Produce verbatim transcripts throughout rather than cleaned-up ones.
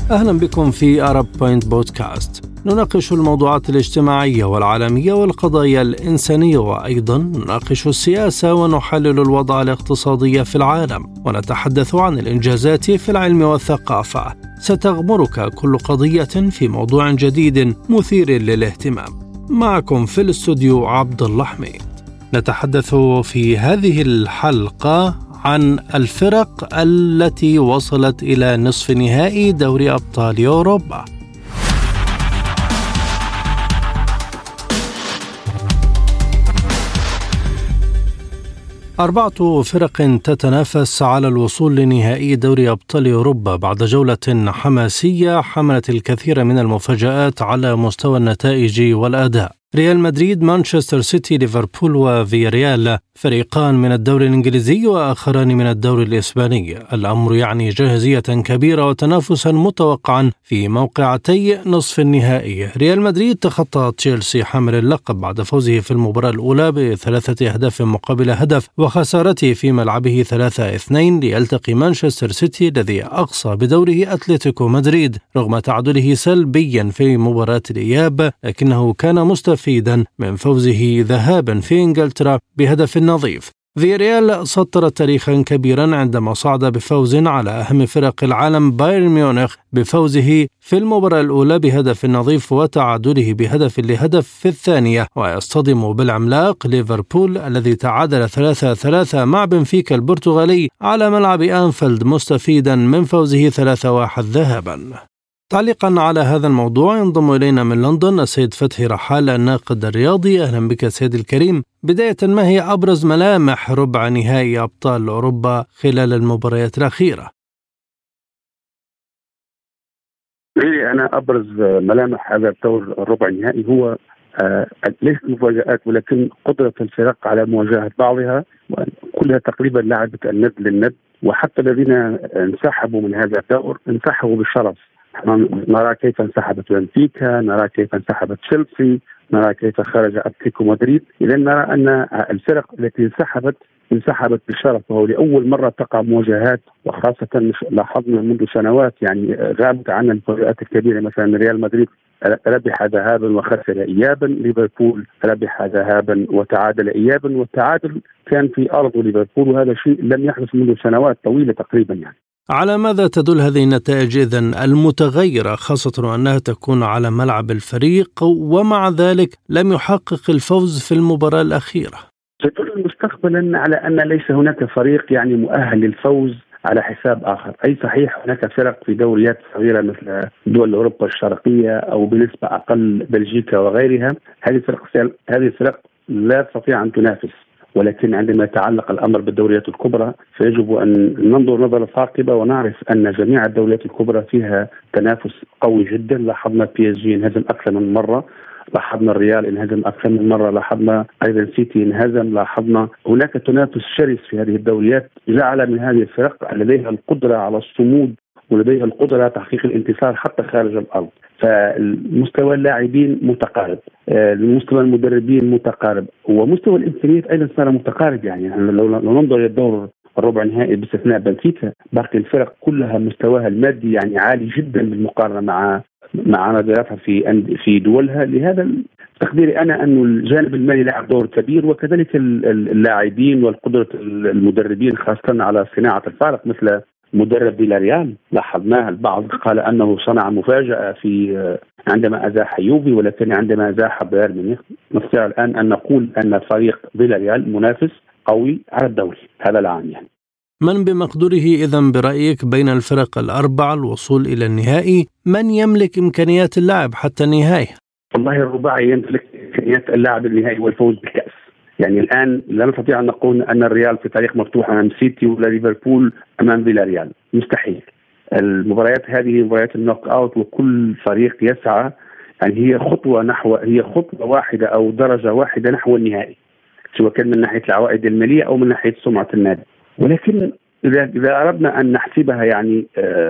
أهلا بكم في أرب بوينت بودكاست. نناقش الموضوعات الاجتماعية والعالمية والقضايا الإنسانية، وأيضا نناقش السياسة ونحلل الوضع الاقتصادي في العالم، ونتحدث عن الإنجازات في العلم والثقافة. ستغمرك كل قضية في موضوع جديد مثير للاهتمام. معكم في الاستوديو عبد الله حميد. نتحدث في هذه الحلقة عن الفرق التي وصلت إلى نصف نهائي دوري أبطال أوروبا. أربعة فرق تتنافس على الوصول لنهائي دوري أبطال أوروبا بعد جولة حماسية حملت الكثير من المفاجآت على مستوى النتائج والأداء. ريال مدريد، مانشستر سيتي، ليفربول وفياريال فريقان من الدوري الإنجليزي وآخران من الدوري الإسباني. الأمر يعني جاهزية كبيرة وتنافسا متوقعا في موقعتي نصف النهائي. ريال مدريد تخطى تشيلسي حامل اللقب بعد فوزه في المباراة الأولى بثلاثة أهداف مقابل هدف وخسارته في ملعبه ثلاثة اثنين، ليلتقي مانشستر سيتي الذي أقصى بدوره أتلتيكو مدريد رغم تعادله سلبيا في مباراة الإياب، لكنه كان مستفيدا من فوزه ذهابا في إنجلترا بهدف نظيف. فياريال سطر تاريخا كبيرا عندما صعد بفوز على أهم فرق العالم بايرن ميونخ بفوزه في المباراة الأولى بهدف نظيف وتعادله بهدف لهدف في الثانية، ويصطدم بالعملاق ليفربول الذي تعادل ثلاثة ثلاثة مع بنفيكا البرتغالي على ملعب أنفيلد مستفيدا من فوزه ثلاثة واحد ذهابا. تعليقا على هذا الموضوع ينضم إلينا من لندن السيد فتحي رحال الناقد الرياضي. أهلا بك سيد الكريم. بداية، ما هي أبرز ملامح ربع نهائي أبطال أوروبا خلال المباريات الأخيرة؟ أنا أبرز ملامح هذا الدور الربع النهائي هو آه ليس مفاجآت، ولكن قدرة الفرق على مواجهة بعضها، كلها تقريبا لعبت الند للند، وحتى الذين انسحبوا من هذا الدور انسحبوا بالشرف. نرى كيف انسحبت بنفيكا، نرى كيف انسحبت تشيلسي، نرى كيف خرج أتلتيكو مدريد. إذا نرى أن الفرق التي انسحبت انسحبت بالشرف، وهو لأول مرة تقع مواجهات، وخاصة لاحظنا منذ سنوات يعني غابت عنا المفاجآت الكبيرة. مثلا ريال مدريد ربح ذهابا وخسر إيابا، ليفربول ربح ذهابا وتعادل إيابا، والتعادل كان في أرض ليفربول، وهذا شيء لم يحدث منذ سنوات طويلة تقريبا. يعني على ماذا تدل هذه النتائج إذن المتغيرة، خاصة أنها تكون على ملعب الفريق ومع ذلك لم يحقق الفوز في المباراة الأخيرة؟ تدل مستقبلا على أن ليس هناك فريق يعني مؤهل للفوز على حساب آخر. أي صحيح هناك فرق في دوريات صغيرة مثل دول أوروبا الشرقية أو بنسبة أقل بلجيكا وغيرها، هذه الفرق هذه الفرق لا تستطيع أن تنافس، ولكن عندما يتعلق الأمر بالدوريات الكبرى فيجب أن ننظر نظرة ثاقبة ونعرف أن جميع الدوريات الكبرى فيها تنافس قوي جدا. لاحظنا بي اس جي انهزم أكثر من مرة، لاحظنا الريال انهزم أكثر من مرة، لاحظنا أيضا سيتي انهزم، لاحظنا هناك تنافس شرس في هذه الدوريات، جعل من هذه الفرق لديها القدرة على الصمود ولديها القدرة على تحقيق الانتصار حتى خارج الأرض. فالمستوى اللاعبين متقارب، المستوى المدربين متقارب، ومستوى الإمكانيات أيضا صار متقارب. يعني لو ننظر إلى الدور الربع النهائي باستثناء بنفيكا، باقي الفرق كلها مستواها المادي يعني عالي جدا بالمقارنة مع مع نظيرتها في في دولها. لهذا تقديري أنا أن الجانب المالي لعب دور كبير، وكذلك اللاعبين والقدرة المدربين خاصة على صناعة الفارق. مثل مدرب فياريال لاحظناه، البعض قال أنه صنع مفاجأة في عندما أزاح يوفي، ولكن عندما أزاح بايرن ميونخ نستطيع الآن أن نقول أن فريق فياريال منافس قوي على الدوري هذا العام. يعني من بمقدوره إذن برأيك بين الفرق الأربع الوصول إلى النهائي؟ من يملك إمكانيات اللعب حتى النهائي؟ والله الرباعي يملك إمكانيات اللعب النهائي والفوز بالكأس. يعني الآن لا نستطيع أن نقول أن الريال في تاريخ مفتوح أمام سيتي ولا ليفربول أمام فياريال، مستحيل. المباريات هذه مباريات النوك أوت، وكل فريق يسعى، يعني هي خطوة نحو هي خطوة واحدة أو درجة واحدة نحو النهائي، سواء كان من ناحية العوائد المالية أو من ناحية سمعة النادي. ولكن إذا إذا أردنا أن نحسبها يعني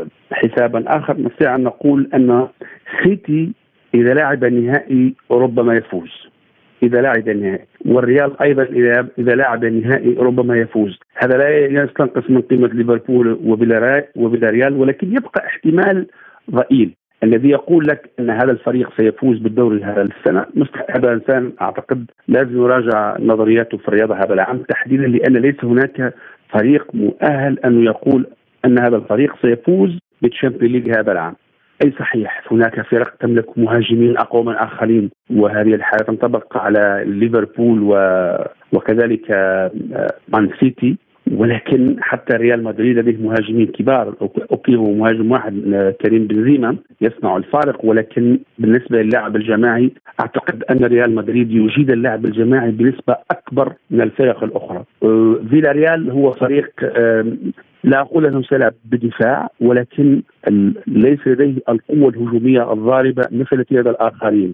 حسابا آخر، نستطيع أن نقول أن سيتي إذا لعب النهائي ربما يفوز، إذا لعب النهائي، والريال أيضا إذا إذا لعب النهائي ربما يفوز. هذا لا يستنقص من قيمة ليفربول وفياريال، ولكن يبقى احتمال ضئيل. الذي يقول لك أن هذا الفريق سيفوز بالدوري هذا السنة هذا إنسان أعتقد لازم يراجع نظرياته في الرياضة هذا العام تحديدا، لأن ليس هناك فريق مؤهل أن يقول أن هذا الفريق سيفوز بالتشامبيونز ليج هذا العام. أي صحيح هناك فرق تملك مهاجمين أقوى من آخرين، وهذه الحالة تنطبق على ليفربول و... وكذلك مان سيتي، ولكن حتى ريال مدريد لديه مهاجمين كبار. أوكي هو مهاجم واحد كريم بنزيما يصنع الفارق، ولكن بالنسبة للعب الجماعي أعتقد أن ريال مدريد يجيد اللعب الجماعي بنسبة أكبر من الفرق الأخرى. فيلا ريال هو فريق لا أقول أنه سيلعب بدفاع، ولكن ليس لديه القوة الهجومية الضاربة مثل لدى الآخرين.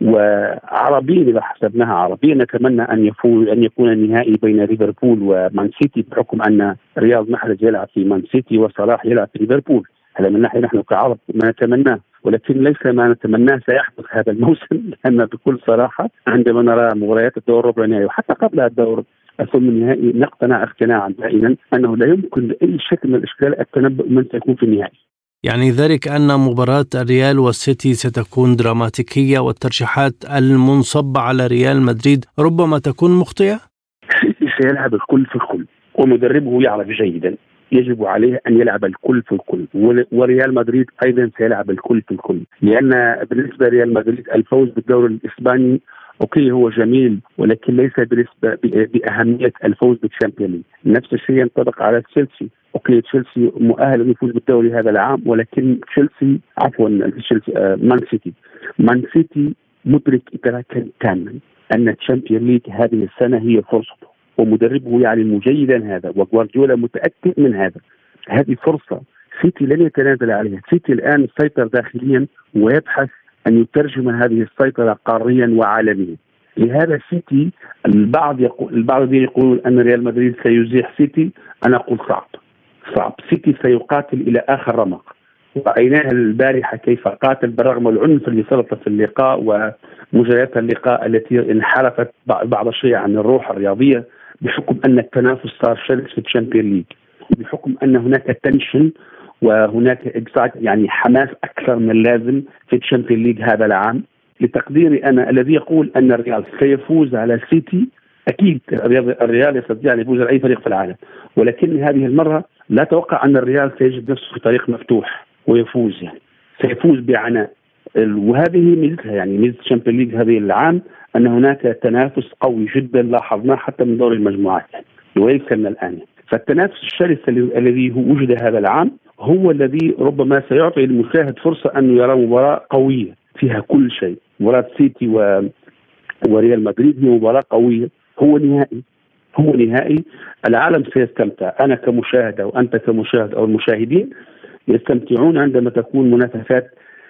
وعربيا إذا حسبناها عربيا نتمنى أن يفوز أن يكون النهائي بين ليفربول ومان سيتي، بحكم أن رياض محرز يلعب في مان سيتي وصلاح يلعب في ليفربول. هذا من ناحية نحن كعرب ما نتمناه، ولكن ليس ما نتمناه سيحدث هذا الموسم، لأن بكل صراحة عندما نرى مباريات الدور ربع النهائي وحتى قبل الدور الثمن النهائي نقتنع اقتناعا دائما أنه لا يمكن بأي شكل من الأشكال التنبؤ من سيكون في النهائي. يعني ذلك أن مباراة الريال والسيتي ستكون دراماتيكية والترشيحات المنصبة على ريال مدريد ربما تكون مخطئة؟ السيتي سيلعب الكل في الكل، ومدربه يعرف جيدا يجب عليه أن يلعب الكل في الكل، وريال مدريد أيضا سيلعب الكل في الكل، لأن بالنسبة لريال مدريد الفوز بالدوري الإسباني أوكي هو جميل، ولكن ليس بالنسبة بأهمية الفوز بالشامبيونز ليج. نفس الشيء ينطبق على تشيلسي. أوكي تشيلسي مؤهل أن يفوز بالدوري هذا العام، ولكن تشيلسي عفوا تشيلسي آه مان سيتي مان سيتي مدرك إدراكا تاما أن الشامبيونز ليج هذه السنة هي فرصته، ومدربه يعلم جيدا هذا، وغوارديولا متأكد من هذا. هذه فرصة سيتي لن يتنازل عليها. سيتي الآن سيطر داخليا ويبحث أن يترجم هذه السيطرة قاريا وعالميا. لهذا سيتي البعض يقول البعض يقول أن ريال مدريد سيزيح سيتي، أنا أقول صعب صعب. سيتي سيقاتل إلى آخر رمق، ورأيناها البارحة كيف قاتل بالرغم العنف اللي سلط في اللقاء ومجريات اللقاء التي انحرفت بعض الشيء عن الروح الرياضية، بحكم أن التنافس صار شرس في الشامبيونز ليج، بحكم أن هناك تنشن وهناك إكسايت يعني حماس أكثر من اللازم في الشامبيونز ليج هذا العام. لتقديري أنا الذي يقول أن الريال سيفوز على سيتي، أكيد الريال يستطيع أن يفوز على أي فريق في العالم، ولكن هذه المرة لا أتوقع أن الريال سيجد نفسه في طريق مفتوح ويفوز، يعني سيفوز بعناء. وهذه ميزتها، يعني ميزة الشامبيونز ليج هذه العام أن هناك تنافس قوي جدا لاحظناه حتى من دور المجموعات يعني وليس من الآن. فالتنافس الشرس الذي وجد هذا العام هو الذي ربما سيعطي المشاهد فرصة أن يرى مباراة قوية فيها كل شيء. مباراة سيتي و... وريال مدريد هي مباراة قوية، هو نهائي هو نهائي العالم سيستمتع. أنا كمشاهد أو أنت كمشاهد أو المشاهدين يستمتعون عندما تكون منافسات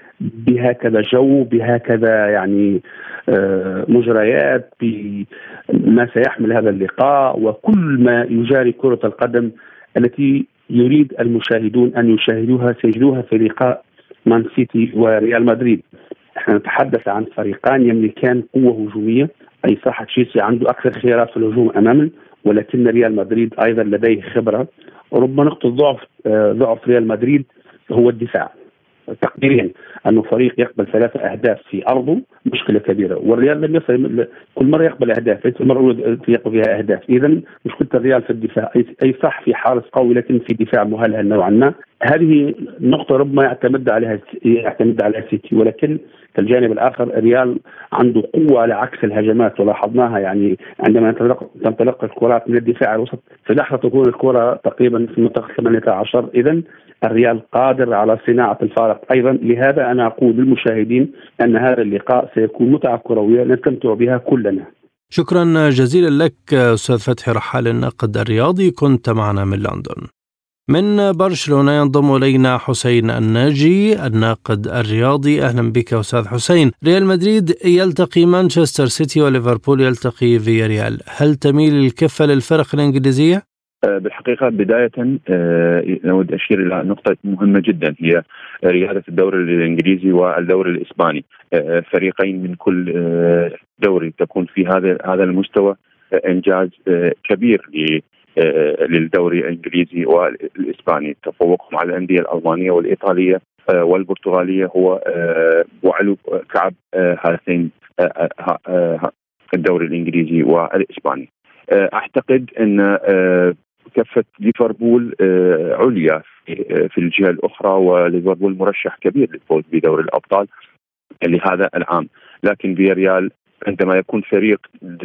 بهكذا جو، بهكذا يعني مجريات، بما سيحمل هذا اللقاء وكل ما يجاري كرة القدم التي يريد المشاهدون أن يشاهدوها سيجدوها في لقاء مان سيتي وريال مدريد. احنا نتحدث عن فريقان يملكان قوة هجومية، أي صح تشيلسي عنده أكثر خيارات في الهجوم أماما، ولكن ريال مدريد أيضا لديه خبرة. ربما نقطة ضعف ضعف ريال مدريد هو الدفاع. تقديريا أنه فريق يقبل ثلاثة أهداف في أرضه مشكلة كبيرة، والريال لم يصل كل مرة يقبل أهداف، ليس المرة يقبل فيها أهداف. إذن مشكلة الريال في الدفاع، أي صح في حارس قوي لكن في دفاع مهلهل نوعا ما. هذه النقطة ربما يعتمد عليها يعتمد على سيتي، ولكن في الجانب الآخر الريال عنده قوة على عكس الهجمات، ولاحظناها يعني عندما تنطلق الكرات من الدفاع الوسط في لحظة تكون الكرة تقريبا في منطقة ثمانية عشر. إذن الريال قادر على صناعة الفارق أيضا. لهذا أنا أقول للمشاهدين أن هذا اللقاء سيكون متعة كروية نستمتع بها كلنا. شكرا جزيلا لك أستاذ فتحي رحال الناقد الرياضي، كنت معنا من لندن. من برشلونة ينضم إلينا حسين الناجي الناقد الرياضي. أهلا بك أستاذ حسين. ريال مدريد يلتقي مانشستر سيتي وليفربول يلتقي فياريال، هل تميل الكفة للفرق الإنجليزية؟ بالحقيقة بداية نود أشير إلى نقطة مهمة جدا، هي ريادة الدوري الإنجليزي والدوري الإسباني. فريقين من كل دوري تكون في هذا هذا المستوى إنجاز كبير للدوري الإنجليزي والإسباني. تفوقهم على الأندية الألمانية والإيطالية والبرتغالية هو وعلو كعب هاتين الدوري الإنجليزي والإسباني. أعتقد أن كفة ليفربول عليا في الجهة الأخرى، وليفربول مرشح كبير للفوز بدوري الأبطال لهذا العام، لكن فياريال عندما يكون فريق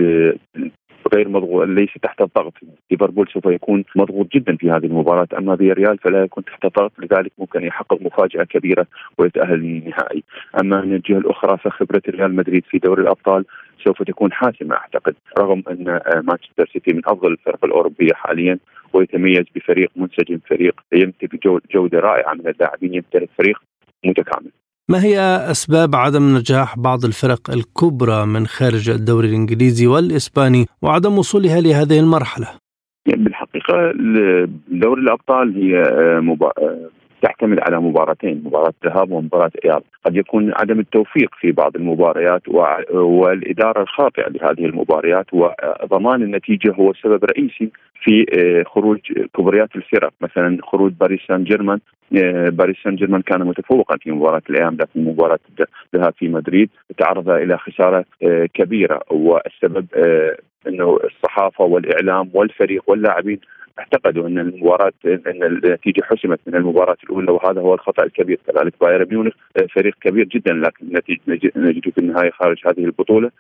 غير مضغوط ليس تحت الضغط، ليفربول سوف يكون مضغوط جدا في هذه المباراة، أما فياريال فلا يكون تحت ضغط، لذلك ممكن يحقق مفاجأة كبيرة ويتأهل للنهائي. أما من الجهة الأخرى فخبرة ريال مدريد في دوري الأبطال سوف تكون حاسمة أعتقد، رغم أن مانشستر سيتي من أفضل الفرق الأوروبية حاليا ويتميز بفريق منسجم، فريق يمتلك جودة رائعة من اللاعبين، يمتلك فريق متكامل. ما هي أسباب عدم نجاح بعض الفرق الكبرى من خارج الدوري الإنجليزي والإسباني وعدم وصولها لهذه المرحلة؟ بالحقيقة دوري الأبطال هي مبا... تعتمد على مباراتين، مباراة ذهاب ومباراة إياب. قد يكون عدم التوفيق في بعض المباريات و... والإدارة الخاطئة لهذه المباريات وضمان النتيجة هو سبب رئيسي في خروج كبريات الفرق، مثلا خروج باريس سان جيرمان. باريس سان جيرمان كان متفوقا في مباراة الأيام، لكن مباراة الذهاب في مدريد تعرض إلى خسارة كبيرة، والسبب أنه الصحافة والإعلام والفريق واللاعبين اعتقدوا أن المباراة أن النتيجة حسمت من المباراة الأولى، وهذا هو الخطأ الكبير. كذلك بايرن ميونخ فريق كبير جدا، لكن نجده في النهاية خارج هذه البطولة،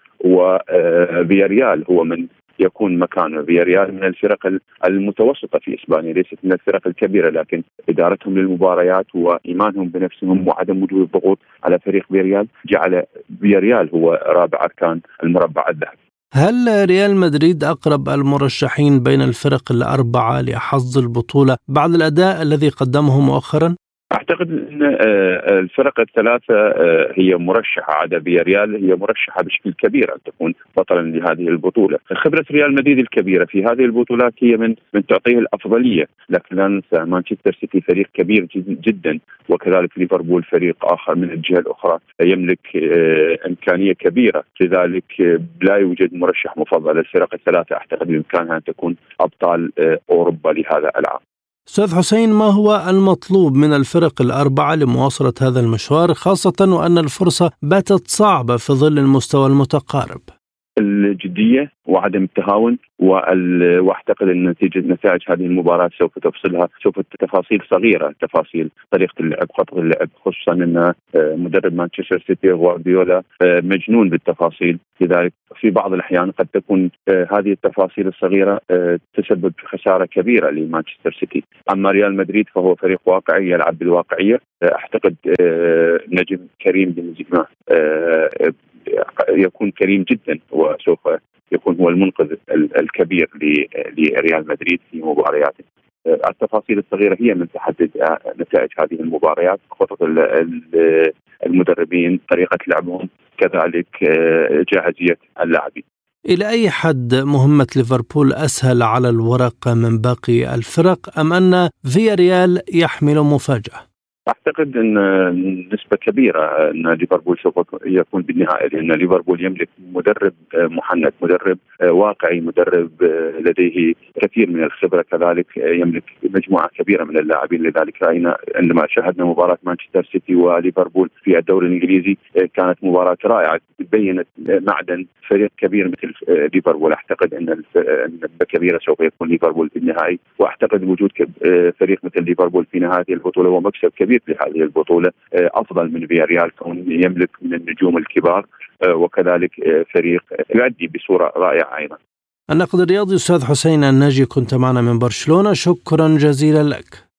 وفياريال هو من يكون مكانه. فياريال من الفرق المتوسطة في إسبانيا، ليست من الفرق الكبيرة، لكن إدارتهم للمباريات وإيمانهم بنفسهم وعدم وجود الضغوط على فريق فياريال جعل فياريال هو رابع أركان المربع الذهبي. هل ريال مدريد أقرب المرشحين بين الفرق الأربعة لحظ البطولة بعد الأداء الذي قدمه مؤخرا؟ أعتقد أن الفرق الثلاثة هي مرشحة، عدا فياريال هي مرشحة بشكل كبير أن تكون بطلا لهذه البطولة. خبرة ريال مدريد الكبيرة في هذه البطولات هي من من تعطيه الأفضلية، لكن لا ننسى مانشستر سيتي فريق كبير جدا، وكذلك ليفربول فريق آخر من الجهة الأخرى يملك إمكانية كبيرة، لذلك لا يوجد مرشح مفضل. الفرق الثلاثة أعتقد بإمكانها أن تكون أبطال أوروبا لهذا العام. أستاذ حسين، ما هو المطلوب من الفرق الأربعة لمواصلة هذا المشوار، خاصة وأن الفرصة باتت صعبة في ظل المستوى المتقارب؟ الجدية وعدم التهاون، واعتقد ان نتيجه نتائج هذه المباراه سوف تفصلها، سوف تفاصيل صغيره، تفاصيل طريقه اللعب، خطط اللعب، خصوصا ان مدرب مانشستر سيتي غوارديولا مجنون بالتفاصيل، لذلك في بعض الاحيان قد تكون هذه التفاصيل الصغيره تسبب في خساره كبيره لمانشستر سيتي. اما ريال مدريد فهو فريق واقعي يلعب بالواقعيه، اعتقد نجم كريم بنزيما يكون كريم جدا وسوف يكون هو المنقذ الكبير لريال مدريد في مبارياته. التفاصيل الصغيرة هي من تحدد نتائج هذه المباريات، خطط المدربين، طريقة لعبهم، كذلك جاهزية اللاعبين. إلى أي حد مهمة ليفربول أسهل على الورق من باقي الفرق، أم أن فياريال يحمل مفاجأة؟ أعتقد أن نسبة كبيرة أن ليفربول سوف يكون بالنهائي، لأن ليفربول يملك مدرب محنك، مدرب واقعي، مدرب لديه كثير من الخبرة، كذلك يملك مجموعة كبيرة من اللاعبين. لذلك رأينا عندما شاهدنا مباراة مانشستر سيتي وليفربول في الدوري الإنجليزي كانت مباراة رائعة، بينت معدن فريق كبير مثل ليفربول. أعتقد أن النسبة كبيرة سوف يكون ليفربول في النهائي، وأعتقد وجود فريق مثل ليفربول في نهاية البطولة ومكسب كبير في هذه البطولة أفضل من فياريال، كون يملك من النجوم الكبار، وكذلك فريق يؤدي بصورة رائعة أيضا. الناقد الرياضي أستاذ حسين الناجي، كنت معنا من برشلونة، شكرا جزيلا لك.